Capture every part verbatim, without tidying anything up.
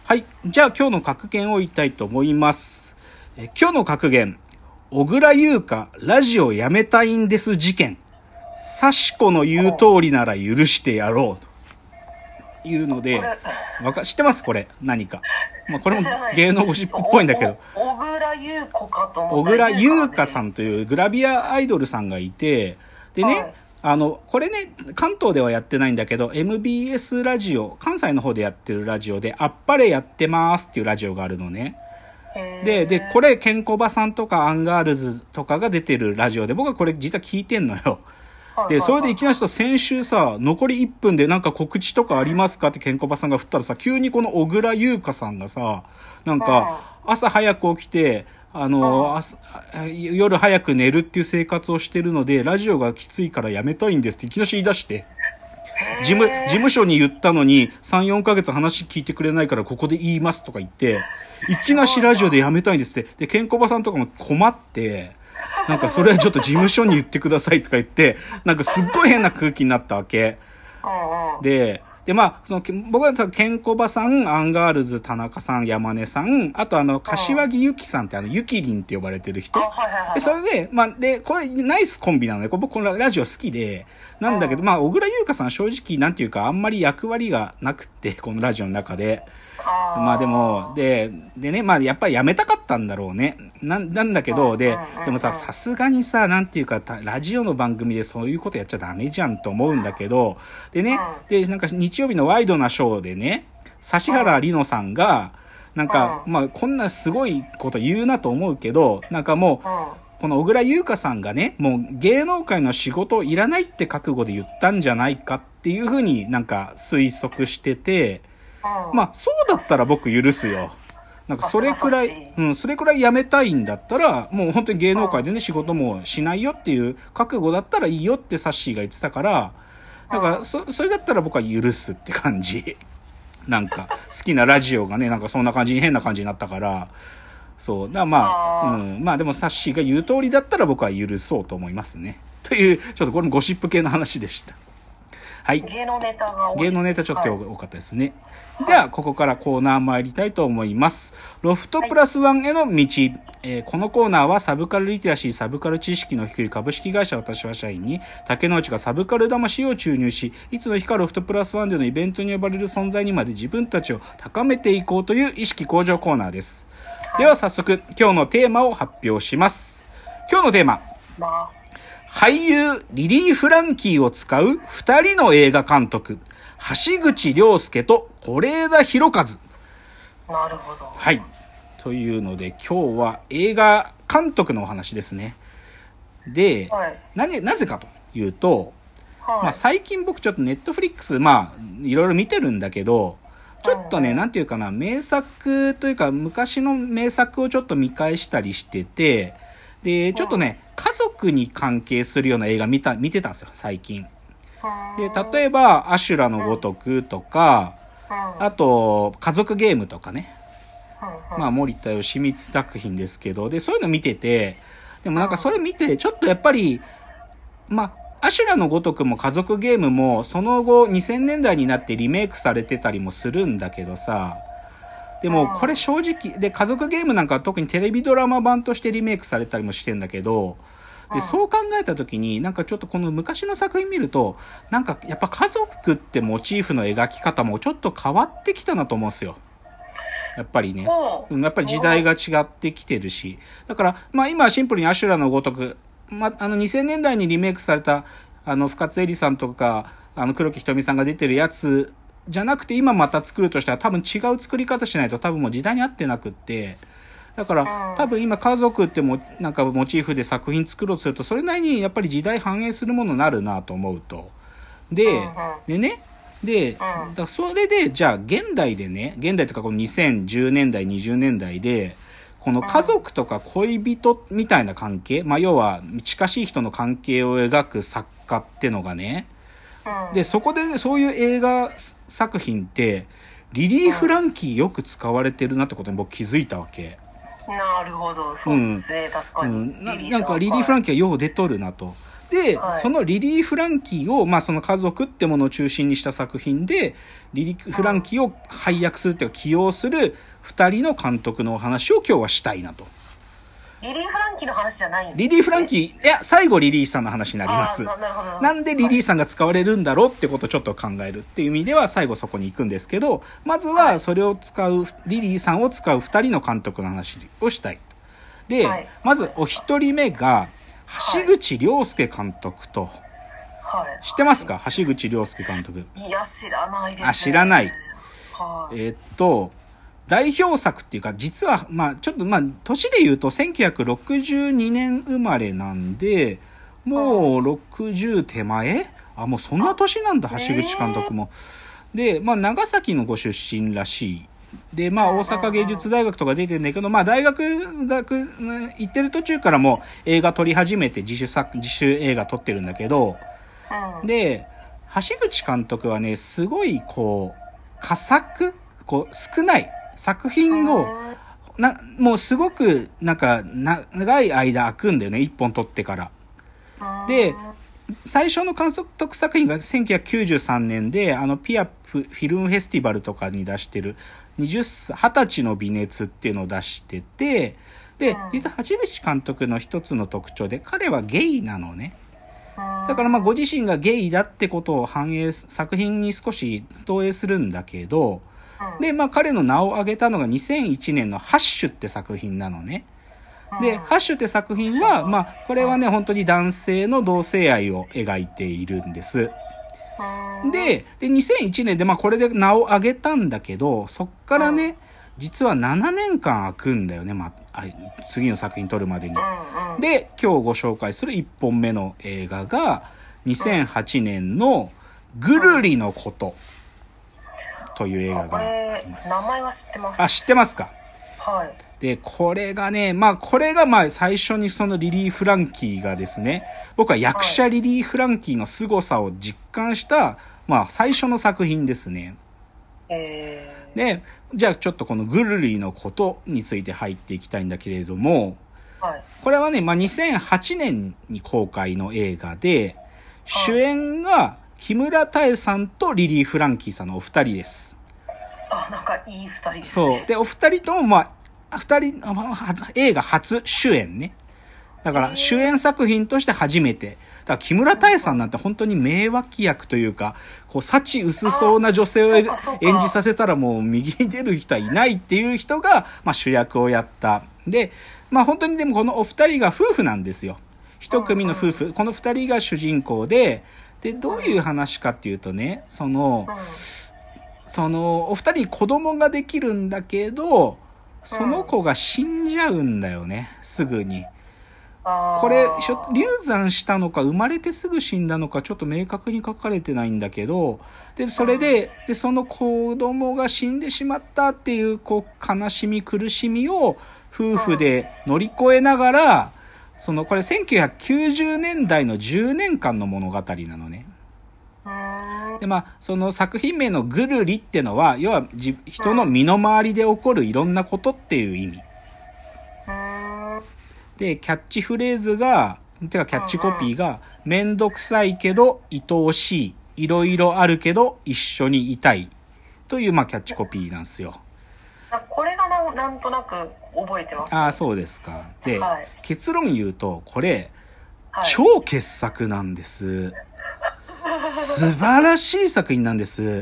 はい。じゃあ今日の格言を言いたいと思います。え今日の格言。小倉優香、ラジオやめたいんです事件。幸子の言う通りなら許してやろう。というので、わか、知ってますこれ何か。まあこれも芸能ゴシップっぽいんだけど。 小倉優子かと思小った倉優香さんというグラビアアイドルさんがいて、でね、はい、あの、これね、関東ではやってないんだけど、エムビーエス ラジオ、関西の方でやってるラジオで、あっぱれやってますっていうラジオがあるのね。で、で、これ、ケンコバさんとかアンガールズとかが出てるラジオで、僕はこれ実は聞いてんのよ。で、それでいきなりさ、先週さ、残りいっぷんでなんか告知とかありますかってケンコバさんが振ったらさ、急にこの小倉優香さんがさ、なんか、朝早く起きて、あの、朝、夜早く寝るっていう生活をしてるので、ラジオがきついからやめたいんですっていきなり言い出して、事務、事務所に言ったのに、さん、よんかげつ話聞いてくれないからここで言いますとか言って、いきなしラジオでやめたいんですって。で、ケンコバさんとかも困って、なんかそれはちょっと事務所に言ってくださいとか言って、なんかすっごい変な空気になったわけ。で、で、まあ、その、僕はケンコバさん、アンガールズ、田中さん、山根さん、あとあの、柏木由紀さんってあの、ゆきりんって呼ばれてる人。で、それで、まあ、で、これ、ナイスコンビなので、僕このラジオ好きで、なんだけど、まあ、小倉優香さん正直、なんていうか、あんまり役割がなくって、このラジオの中で。まあでも、で、でね、まあやっぱりやめたかったんだろうね。な、なんだけど、で、でもさ、さすがにさ、なんていうか、ラジオの番組でそういうことやっちゃダメじゃんと思うんだけど、でね、で、なんか日曜日のワイドなショーでね、指原莉乃さんが、なんか、まあこんなすごいこと言うなと思うけど、なんかもう、この小倉優香さんがね、もう芸能界の仕事いらないって覚悟で言ったんじゃないかっていうふうになんか推測してて、まあ、そうだったら僕許すよ。なんかそれくらい、うん、それくらいやめたいんだったら、もう本当に芸能界でね、仕事もしないよっていう覚悟だったらいいよってサッシーが言ってたから、だから、そ、それだったら僕は許すって感じ。なんか、好きなラジオがね、なんかそんな感じに変な感じになったから、そう。だからまあ、うん、まあでもサッシーが言う通りだったら僕は許そうと思いますね。という、ちょっとこれもゴシップ系の話でした。はい。 芸能ネタが多いです。 芸能ネタちょっと今日多かったですね。はい、では、ここからコーナー参りたいと思います。ロフトプラスワンへの道。はい、えー、このコーナーはサブカルリテラシー、サブカル知識の低い株式会社私は社員に、竹之内がサブカル魂を注入し、いつの日かロフトプラスワンでのイベントに呼ばれる存在にまで自分たちを高めていこうという意識向上コーナーです。はい、では早速、今日のテーマを発表します。今日のテーマ。まあ俳優リリー・フランキーを使う二人の映画監督、橋口亮介と是枝裕和。 なるほど。 はい。というので今日は映画監督のお話ですね。で、はい、な, なぜかというと、はい、まあ、最近僕ちょっとネットフリックス、まあ、いろいろ見てるんだけど、ちょっとね、はい、なんていうかな、名作というか昔の名作をちょっと見返したりしてて、で、ちょっとね、家族に関係するような映画見た、見てたんですよ、最近。で、例えば、アシュラのごとくとか、あと、家族ゲームとかね。まあ、森田義満作品ですけど、で、そういうの見てて、でもなんかそれ見て、ちょっとやっぱり、まあ、アシュラのごとくも家族ゲームも、その後にせんねんだいになってリメイクされてたりもするんだけどさ、でもこれ正直で家族ゲームなんか特にテレビドラマ版としてリメイクされたりもしてんだけど、でそう考えた時になんかちょっとこの昔の作品見るとなんかやっぱ家族ってモチーフの描き方もちょっと変わってきたなと思うんですよ。やっぱりね、やっぱり時代が違ってきてるし、だからまあ今はシンプルにアシュラのごとく、まああのにせんねんだいにリメイクされたあの深津絵里さんとかあの黒木瞳さんが出てるやつじゃなくて今また作るとしたら多分違う作り方しないと多分もう時代に合ってなくって、だから多分今家族ってもなんかモチーフで作品作ろうとするとそれなりにやっぱり時代反映するものになるなと思うと、ででねでだそれでじゃあ現代でね、現代とかこのにせんじゅうねんだいにじゅうねんだいでこの家族とか恋人みたいな関係、まあ要は近しい人の関係を描く作家ってのがね、でそこで、ね、そういう映画作品ってリリー・フランキーよく使われてるなってことに僕気づいたわけ。 なるほど、そうっすね、うん、確かに、 うん、な, なんかリリー・フランキーはよう出とるなと。 で、 はい、 そのリリー・フランキーを、まあその家族ってものを中心にした作品で、リリー・フランキーを配役するというか起用する二人の監督のお話を今日はしたいなと。 リリー・フランキーの話じゃないんですね。 リリー・フランキー、いや、最後リリーさんの話になります。 な, な, るほどなんでリリーさんが使われるんだろうってことをちょっと考えるっていう意味では最後そこに行くんですけど、まずはそれを使う、リリーさんを使う二人の監督の話をしたい。で、はい、まずお一人目が、橋口亮介監督と、はい、知ってますか？橋口亮介監督。 いや、知らないですね。 あ、知らない。 はい、 えー、っと、代表作っていうか、実は、まあ、ちょっと、まあ、年で言うとせんきゅうひゃくろくじゅうにねん生まれなんで、もうろくじゅう手前？あ、もうそんな年なんだ、橋口監督も。で、まあ、長崎のご出身らしい。で、まあ、大阪芸術大学とか出てるんだけど、まあ、大学、学、行ってる途中からも映画撮り始めて自主作、自主映画撮ってるんだけど、で、橋口監督はね、すごい、こう、佳作？こう、少ない。作品を、な、もうすごく、なんか、長い間空くんだよね、一本撮ってから。で、最初の監督作品がせんきゅうひゃくきゅうじゅうさんねんで、あの、ピアフィルムフェスティバルとかに出してる、にじゅっさい、はたちの微熱っていうのを出してて、で、実は橋口監督の一つの特徴で、彼はゲイなのね。だからまあご自身がゲイだってことを反映、作品に少し投影するんだけど、で、まあ彼の名を挙げたのがにせんいちねんのハッシュって作品なのね。で、ハッシュって作品は、まあこれはね、本当に男性の同性愛を描いているんです。で、でにせんいちねんでまあこれで名を挙げたんだけど、そっからね、実はななねんかん空くんだよね、まあ、次の作品撮るまでに。で、今日ご紹介するいっぽんめの映画が、にせんはちねんのぐるりのことという映画があります。 名前は知ってます。 あ、知ってますか？ はい。 で、これがね、まあこれがまあ最初にそのリリー・フランキーがですね、僕は役者リリー・フランキーの凄さを実感した、まあ最初の作品ですね。 えーで、じゃあちょっとこのぐるりのことについて入っていきたいんだけれども、 はい、 これはね、まあ、にせんはちねんに公開の映画で、主演が木村多江さんとリリー・フランキーさんのお二人です。 あ、なんかいい二人ですね。 そう。で、お二人とも、まあ、二人、映画初主演ね。だから主演作品として初めて。だから木村多江さんなんて本当に名脇役というか、こう、幸薄そうな女性を演じさせたらもう右に出る人はいないっていう人が、まあ主役をやった。で、まあ本当にでもこのお二人が夫婦なんですよ。一組の夫婦。この二人が主人公で、で、どういう話かっていうとね、その、その、お二人に子供ができるんだけど、その子が死んじゃうんだよね、すぐに。これ、流産したのか、生まれてすぐ死んだのか、ちょっと明確に書かれてないんだけど、で、それで、で、その子供が死んでしまったっていう、こう、悲しみ、苦しみを、夫婦で乗り越えながら、その、これせんきゅうひゃくきゅうじゅうねんだいのじゅうねんかんの物語なのね。で、まあ、その作品名のぐるりってのは、要は、人の身の回りで起こるいろんなことっていう意味。で、キャッチフレーズが、てかキャッチコピーが、めんどくさいけど愛おしい、いろいろあるけど一緒にいたいという、まあ、キャッチコピーなんですよ。 これがな、なんとなく覚えてます、ね。 ああ、そうですか。で、はい、結論言うと、これ、 はい、 超傑作なんです。素晴らしい作品なんです。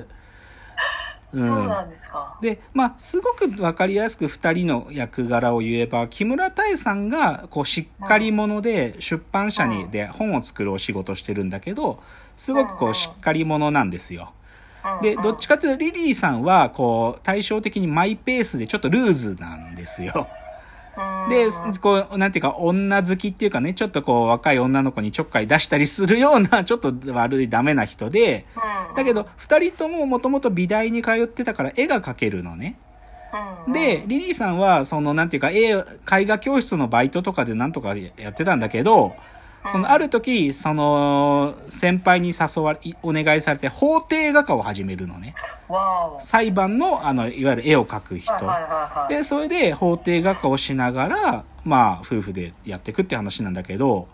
うん、そうなんですか。 で、まあ、すごくわかりやすく二人の役柄を言えば、木村多江さんが、こう、しっかり者で、出版社にで本を作るお仕事してるんだけど、すごくこう、しっかり者なんですよ。で、どっちかというと、リリーさんは、こう、対照的にマイペースでちょっとルーズなんですよ。で、こう、なんていうか、女好きっていうかね、ちょっとこう、若い女の子にちょっかい出したりするような、ちょっと悪いダメな人で、だけど、二人とももともと美大に通ってたから絵が描けるのね。で、リリーさんは、その、なんていうか、絵、絵画教室のバイトとかでなんとかやってたんだけど、その、ある時、その、先輩に誘われ、お願いされて、法廷画家を始めるのね。裁判の、あの、いわゆる絵を描く人。で、それで法廷画家をしながら、まあ、夫婦でやっていくって話なんだけど、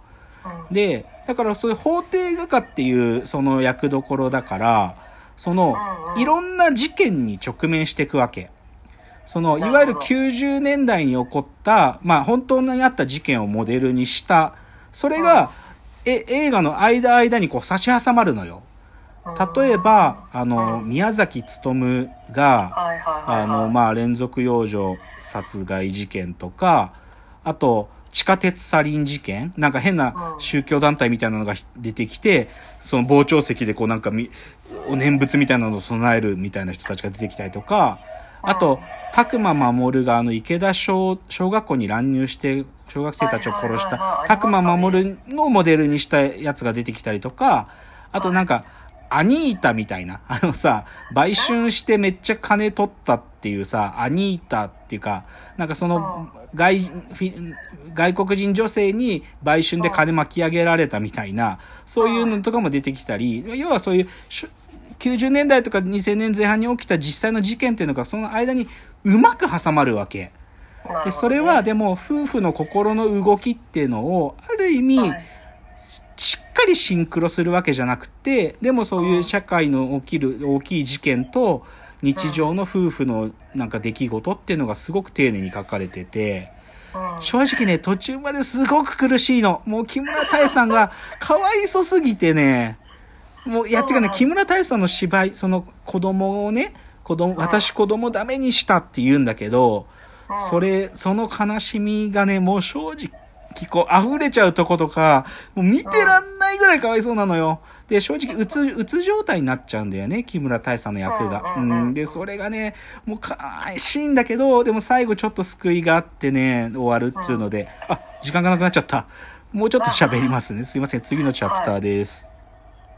で、だからそういう法廷画家っていうその役どころだから、その、いろんな事件に直面していくわけ。その、いわゆるきゅうじゅうねんだいに起こった、まあ本当にあった事件をモデルにした、それが、え、映画の間間にこう差し挟まるのよ。例えば、あの、宮崎勉が、あの、まあ連続幼女殺害事件とか、あと、地下鉄サリン事件なんか変な宗教団体みたいなのが出てきて、その傍聴席でこうなんかみ、お念仏みたいなのを唱えるみたいな人たちが出てきたりとか、あと、拓磨守があの池田小、小学校に乱入して小学生たちを殺した拓磨守のモデルにしたやつが出てきたりとか、あとなんか、アニータみたいな、あのさ、売春してめっちゃ金取ったっていうさ、アニータっていうか、なんかその、外、外国人女性に売春で金巻き上げられたみたいな、そういうのとかも出てきたり、要はそういう、きゅうじゅうねんだいとかにせんねんぜん半に起きた実際の事件っていうのがその間にうまく挟まるわけ。で、それはでも夫婦の心の動きっていうのを、ある意味、しっかりシンクロするわけじゃなくて、でもそういう社会の起きる大きい事件と日常の夫婦のなんか出来事っていうのがすごく丁寧に書かれてて、正直ね、途中まですごく苦しいの。もう木村多江さんがかわいそすぎてね、もう、いや、っていうかね、木村多江さんの芝居、その子供をね、子供、私子供ダメにしたって言うんだけど、それ、その悲しみがね、もう正直、こう、溢れちゃうとことか、もう見てらんないぐらいかわいそうなのよ。で、正直、うつ、うつ状態になっちゃうんだよね、木村多江さんの役が。うん。で、それがね、もうかわいしいんだけど、でも最後ちょっと救いがあってね、終わるっつうので、あ、時間がなくなっちゃった。もうちょっと喋りますね。すいません、次のチャプターです。